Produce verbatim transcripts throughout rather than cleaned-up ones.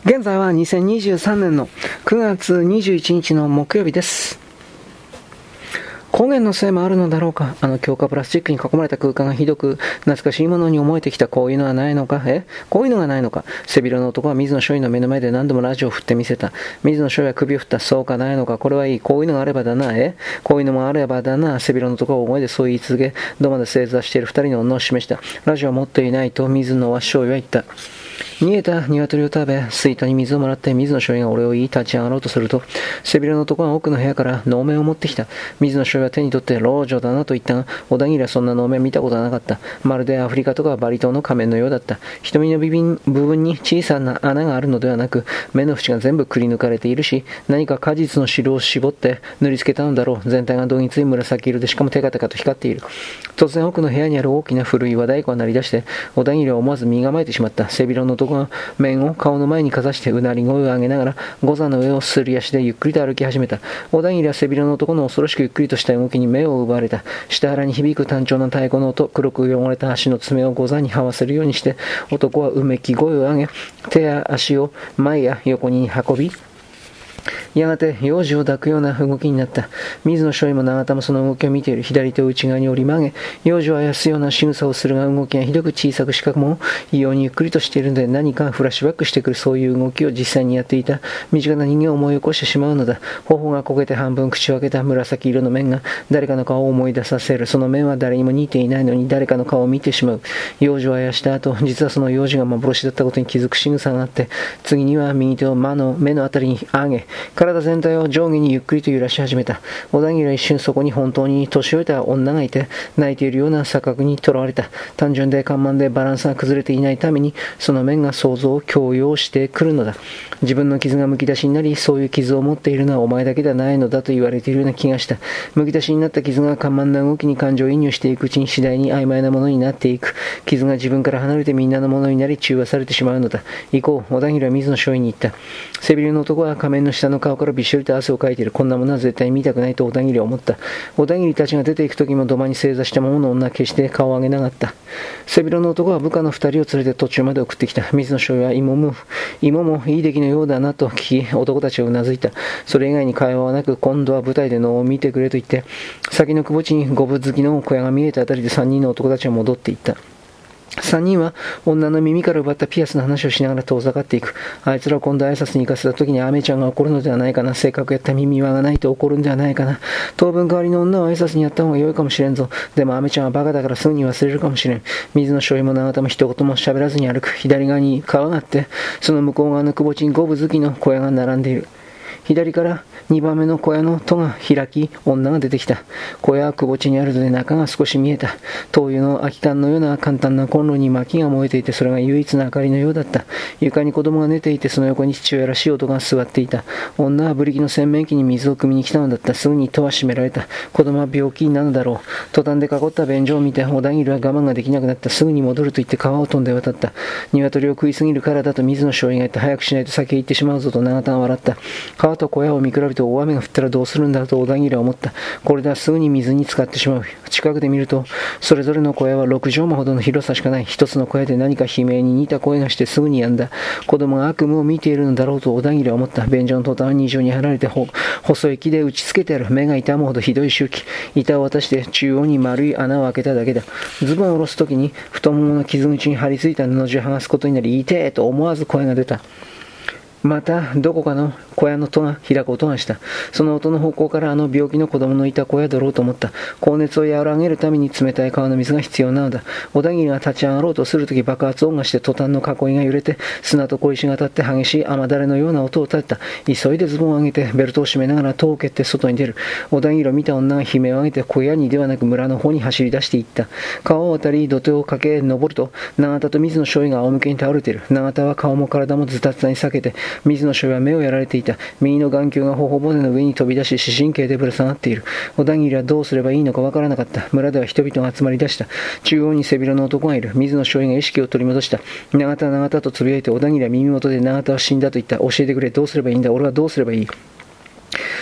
現在はにせんにじゅうさんねんのくがつにじゅういちにちの木曜日です。光源のせいもあるのだろうか。あの強化プラスチックに囲まれた空間がひどく懐かしいものに思えてきた。こういうのはないのか。えこういうのがないのか。背広の男は水野少尉の目の前で何度もラジオを振ってみせた。水野少尉は首を振った。そうか、ないのか。これはいい。こういうのがあればだな。えこういうのもあればだな。背広の男は大声でそう言い続け、土間で正座している二人の女を示した。ラジオは持っていないと水野は少尉は言った。逃げた鶏を食べ、水筒に水をもらって水野少尉が俺を言い立ち上がろうとすると、背広の男は奥の部屋から能面を持ってきた。水野少尉は手に取って老女だなと言ったが、小田切はそんな能面見たことはなかった。まるでアフリカとかバリ島の仮面のようだった。瞳の部分に小さな穴があるのではなく、目の縁が全部くり抜かれているし、何か果実の汁を絞って塗りつけたのだろう。全体がどぎつい紫色で、しかもテカテカと光っている。突然奥の部屋にある大きな古い和太鼓が鳴り出して、小田切は思わず身構えてしまった。背広の男が面を顔の前にかざしてうなり声を上げながらゴザの上をすり足でゆっくりと歩き始めた。小田切は背広の男の恐ろしくゆっくりとした動きに目を奪われた。下腹に響く単調な太鼓の音、黒く汚れた足の爪をゴザに這わせるようにして男はうめき声を上げ、手や足を前や横に運び、やがて幼児を抱くような動きになった。水野少尉も永田もその動きを見ている。左手を内側に折り曲げ、幼児をあやすような仕草をするが、動きがひどく小さくしかも異様にゆっくりとしているので、何かフラッシュバックしてくる。そういう動きを実際にやっていた身近な人間を思い起こしてしまうのだ。頬が焦げて半分口を開けた紫色の面が誰かの顔を思い出させる。その面は誰にも似ていないのに誰かの顔を見てしまう。幼児をあやした後、実はその幼児が幻だったことに気づく仕草があって、次には右手を目の目のあたりに上げ、体全体を上下にゆっくりと揺らし始めた。小田切は一瞬そこに本当に年老いた女がいて、泣いているような錯覚にとらわれた。単純で緩慢でバランスが崩れていないために、その面が想像を強要してくるのだ。自分の傷がむき出しになり、そういう傷を持っているのはお前だけではないのだと言われているような気がした。むき出しになった傷が緩慢な動きに感情移入していくうちに次第に曖昧なものになっていく。傷が自分から離れてみんなのものになり中和されてしまうのだ。以降、小田切は水野少尉に言った。背広の男は仮面の下の顔からびっしょりと汗をかいている。こんなものは絶対に見たくないと小田切は思った。小田切たちが出ていく時も土間に正座したままの女は決して顔を上げなかった。背広の男は部下の二人を連れて途中まで送ってきた。水野少尉は芋も芋もいい出来のようだなと聞き、男たちはうなずいた。それ以外に会話はなく、今度は舞台で能を見てくれと言って、先の窪地に五分好きの小屋が見えたあたりで三人の男たちは戻っていった。三人は女の耳から奪ったピアスの話をしながら遠ざかっていく。あいつらを今度挨拶に行かせた時にアメちゃんが怒るのではないかな。せっかくやった耳輪がないと怒るんではないかな。当分代わりの女を挨拶にやった方が良いかもしれんぞ。でもアメちゃんはバカだからすぐに忘れるかもしれん。水野少尉も永田も一言も喋らずに歩く。左側に川があって、その向こう側の窪地に五分好きの小屋が並んでいる。左からにばんめの小屋の戸が開き、女が出てきた。小屋は窪地にあるので中が少し見えた。灯油の空き缶のような簡単なコンロに薪が燃えていて、それが唯一の明かりのようだった。床に子供が寝ていて、その横に父親らしい男が座っていた。女はブリキの洗面器に水を汲みに来たのだった。すぐに戸は閉められた。子供は病気なのだろう。途端で囲った便所を見て、小田切は我慢ができなくなった。すぐに戻ると言って川を飛んで渡った。鶏を食いすぎるからだと水野少尉が言って、早くしないと先へ行ってしまうぞと永田が笑った。川と小屋を見比べて大雨が降ったらどうするんだと小田切は思った。これではすぐに水に浸かってしまう。近くで見ると、それぞれの小屋はろく畳もほどの広さしかない。一つの小屋で何か悲鳴に似た声がしてすぐに止んだ。子供が悪夢を見ているのだろうと小田切は思った。便所の途端は二重に張られてほ細い木で打ちつけてある。目が痛むほどひどい周期。板を渡して中央に丸い穴を開けただけだ。ズボンを下ろすときに太ももの傷口に張り付いた布地を剥がすことになり、痛えと思わず声が出た。またどこかの小屋の戸が開く音がした。その音の方向からあの病気の子供のいた小屋だろうと思った。高熱を和らげるために冷たい川の水が必要なのだ。小田切が立ち上がろうとするとき、爆発音がして途端の囲いが揺れて、砂と小石が立って激しい雨だれのような音を立てた。急いでズボンを上げてベルトを締めながら戸を蹴って外に出る。小田切を見た女が悲鳴を上げて小屋にではなく村の方に走り出していった。川を渡り土手を駆け上ると、永田と水野少尉が仰向けに倒れている。永田は顔も体もズタズタに裂けて、水野少尉は目をやられていた。右の眼球が頬骨の上に飛び出し、視神経でぶら下がっている。小田切はどうすればいいのかわからなかった。村では人々が集まり出した。中央に背広の男がいる。水野少尉が意識を取り戻した。永田永田とつぶやいて、小田切は耳元で永田は死んだと言った。教えてくれ、どうすればいいんだ、俺はどうすればいい。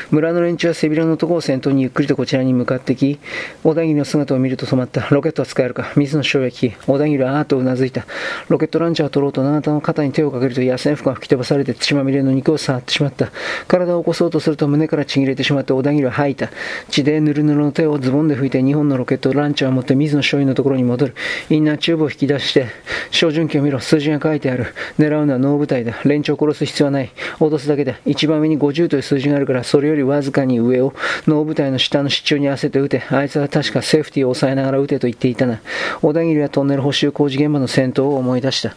村の連中は背広の男を先頭にゆっくりとこちらに向かってき、小田切の姿を見ると止まった。ロケットは使えるか。水野翔也聞き、小田切はあーっとうなずいた。ロケットランチャーを取ろうと永田の肩に手をかけると野戦服が吹き飛ばされて血まみれの肉を触ってしまった。体を起こそうとすると胸からちぎれてしまって小田切は吐いた。血でぬるぬるの手をズボンで拭いてにほんのロケットランチャーを持って水野翔也のところに戻る。インナーチューブを引き出して、照準器を見ろ。数字が書いてある。狙うのはノー部隊だ。連中を殺す必要はない。脅すだけだ。一番上にごじゅうという数字があるから、それよりわずかに上をノー部隊の下の支柱に合わせて撃て。あいつは確かセーフティーを抑えながら撃てと言っていたな。小田切はトンネル補修工事現場の戦闘を思い出した。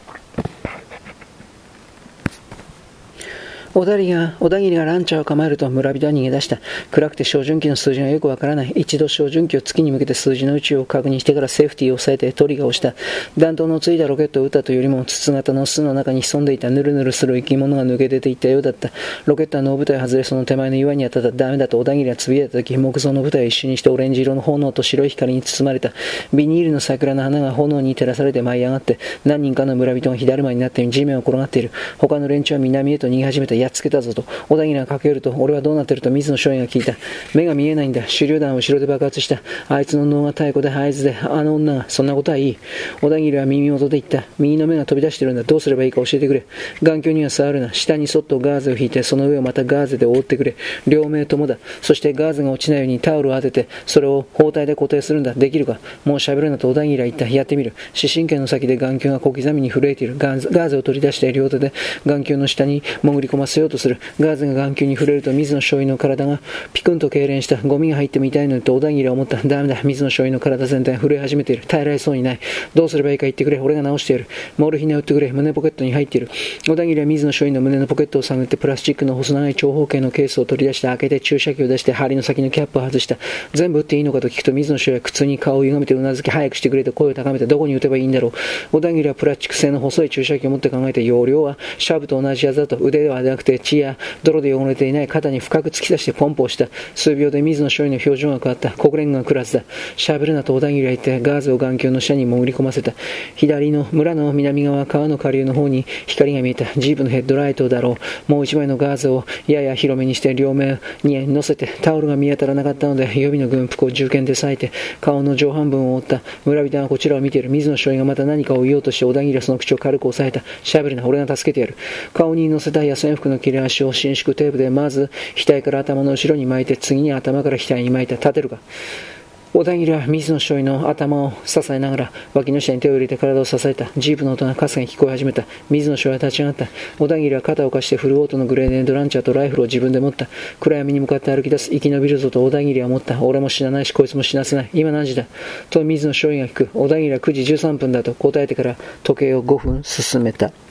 小田切が、小田切がランチャーを構えると村人は逃げ出した。暗くて照準器の数字がよくわからない。一度照準器を月に向けて数字の位置を確認してからセーフティーを押さえてトリガーを押した。弾頭のついたロケットを撃ったというよりも筒型の巣の中に潜んでいたヌルヌルする生き物が抜け出ていったようだった。ロケットはノー部隊外れその手前の岩に当たった。ダメだと小田切がつぶやいたとき、木造の部隊を一瞬にしてオレンジ色の炎と白い光に包まれた。ビニールの桜の花が炎に照らされて舞い上がって、何人かの村人が火だるまになって地面を転がっている。他の連中は南へと逃げ始めた。やっつけたぞと。小田切が駆け寄ると、俺はどうなってると水野翔也が聞いた。目が見えないんだ。手榴弾を後ろで爆発した。あいつの脳が太鼓で合図で、あの女が、そんなことはいい。小田切は耳元で言った。右の目が飛び出してるんだ。どうすればいいか教えてくれ。眼球には触るな。下にそっとガーゼを引いて、その上をまたガーゼで覆ってくれ。両目ともだ。そしてガーゼが落ちないようにタオルを当てて、それを包帯で固定するんだ。できるか。もう喋るなと小田切は言った。やってみる。視神経の先で眼球が小刻みに震えている。ガーゼ、ガーゼを取り出して両手で眼球の下に潜り込ませようとする。ガーゼが眼球に触れると水野翔也の体がピクンと痙攣した。ゴミが入っても痛いのにと小田切は思った。ダメだ。水野翔也の体全体が震え始めている。耐えられそうにない。どうすればいいか言ってくれ。俺が直してやる。モルヒネを打ってくれ。胸ポケットに入っている。小田切は水野翔也の胸のポケットを探ってプラスチックの細長い長方形のケースを取り出して開けて注射器を出して針の先のキャップを外した。全部打っていいのかと聞くと水野翔也は苦痛に顔を歪めてうなずき早くしてくれと声を高めてどこに打てばいいんだろう。小田切はプラスチック製の細い注射器を持って考えて容量はシャープと同じやつだと。腕ではなくて血や泥で汚れていない肩に深く突き刺してポンプをした。数秒で水野翔也の表情が変わった。国連軍クラスだ。喋るなと小田切は言ってガーゼを眼球の下に潜り込ませた。左の村の南側川の下流の方に光が見えた。ジープのヘッドライトだろう。もう一枚のガーゼをやや広めにして両目に乗せてタオルが見当たらなかったので予備の軍服を銃剣で裂いて顔の上半分を覆った。村人はこちらを見ている。水野翔也がまた何かを言おうとして小田切はその口を軽く押さえた。喋るな。俺が助けてやる。顔に乗せた野戦服の切れ端を伸縮テープでまず額から頭の後ろに巻いて次に頭から額に巻いた。立てるか。小田切は水野翔也の頭を支えながら脇の下に手を入れて体を支えた。ジープの音がかすかに聞こえ始めた。水野翔也は立ち上がった。小田切は肩を貸してフルオートのグレーネードランチャーとライフルを自分で持った。暗闇に向かって歩き出す。生き延びるぞと小田切は思った。俺も死なないしこいつも死なせない。今何時だと水野翔也が聞く。小田切はくじじゅうさんぷんだと答えてから時計をごふん進めた。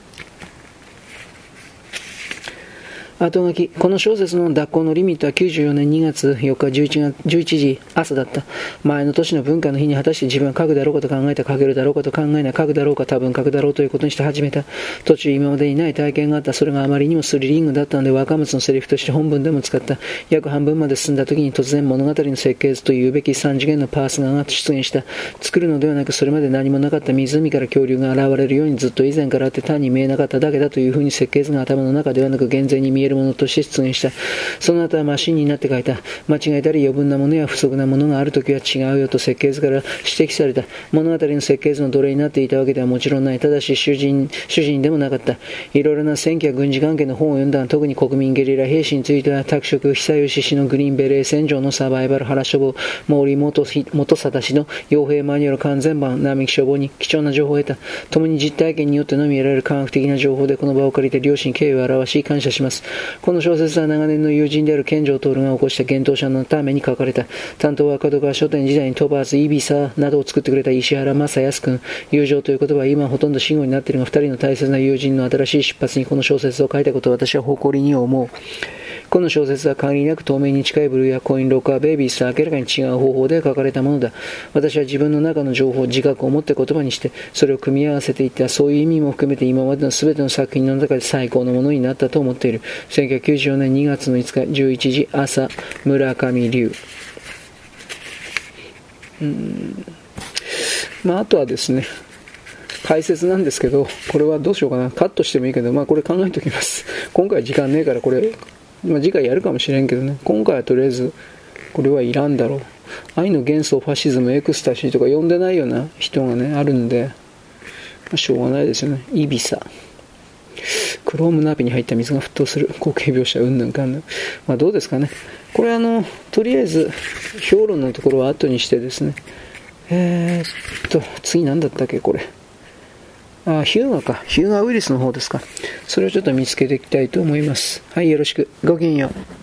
後書き。この小説の脱行のリミットはきゅうじゅうよねんにがつよっかじゅういちじ朝だった。前の年の文化の日に果たして自分は書くだろうかと考えた。書けるだろうかと考えない。書くだろうか多分書くだろうということにして始めた。途中今までにない体験があった。それがあまりにもスリリングだったので若松のセリフとして本文でも使った。約半分まで進んだ時に突然物語の設計図というべきさん次元のパースが出現した。作るのではなくそれまで何もなかった湖から恐竜が現れるようにずっと以前からあって単に見えなかっただけだというふうに設計図が頭の中ではなく現在に見えるものとして出現した。その後はマシンになって書いた。間違えたり余分なものや不足なものがあるときは違うよと設計図から指摘された。物語の設計図の奴隷になっていたわけではもちろんない。ただし主人、主人でもなかった。いろいろな戦機や軍事関係の本を読んだが特に国民ゲリラ兵士については拓殖、久吉氏のグリーンベレー戦場のサバイバル原処方、毛利元貞氏の傭兵マニュアル完全版並木処方に貴重な情報を得た。共に実体験によってのみ得られる科学的な情報でこの場を借りて両親敬意を表し感謝します。この小説は長年の友人である健丈徹が起こした幻冬者のために書かれた。担当は角川書店時代にトバーズ、イビサなどを作ってくれた石原正康君。友情という言葉は今はほとんど死語になっているが、二人の大切な友人の新しい出発にこの小説を書いたことを私は誇りに思う。この小説は限りなく透明に近いブルーやコインロッカーベイビースと明らかに違う方法で書かれたものだ。私は自分の中の情報、自覚を持って言葉にして、それを組み合わせていった。そういう意味も含めて今までの全ての作品の中で最高のものになったと思っている。せんきゅうひゃくきゅうじゅうよねんにがつのいつかじゅういちじ朝、村上龍。うーんまあ、あとはですね、解説なんですけど、これはどうしようかな。カットしてもいいけど、まあこれ考えておきます。今回時間ねえからこれまあ、次回やるかもしれんけどね、今回はとりあえずこれはいらんだろう。愛の元素、ファシズム、エクスタシーとか呼んでないような人がねあるんで、まあ、しょうがないですよね。イビサ、クロームナビに入った水が沸騰する、光景描写うんぬんかんぬん。まあどうですかね、これあのとりあえず評論のところは後にしてですね、えー、っと次何だったっけこれ、あヒューガか、ヒューガウイルスの方ですか、それをちょっと見つけていきたいと思います。はい、よろしく、ごきげんよう。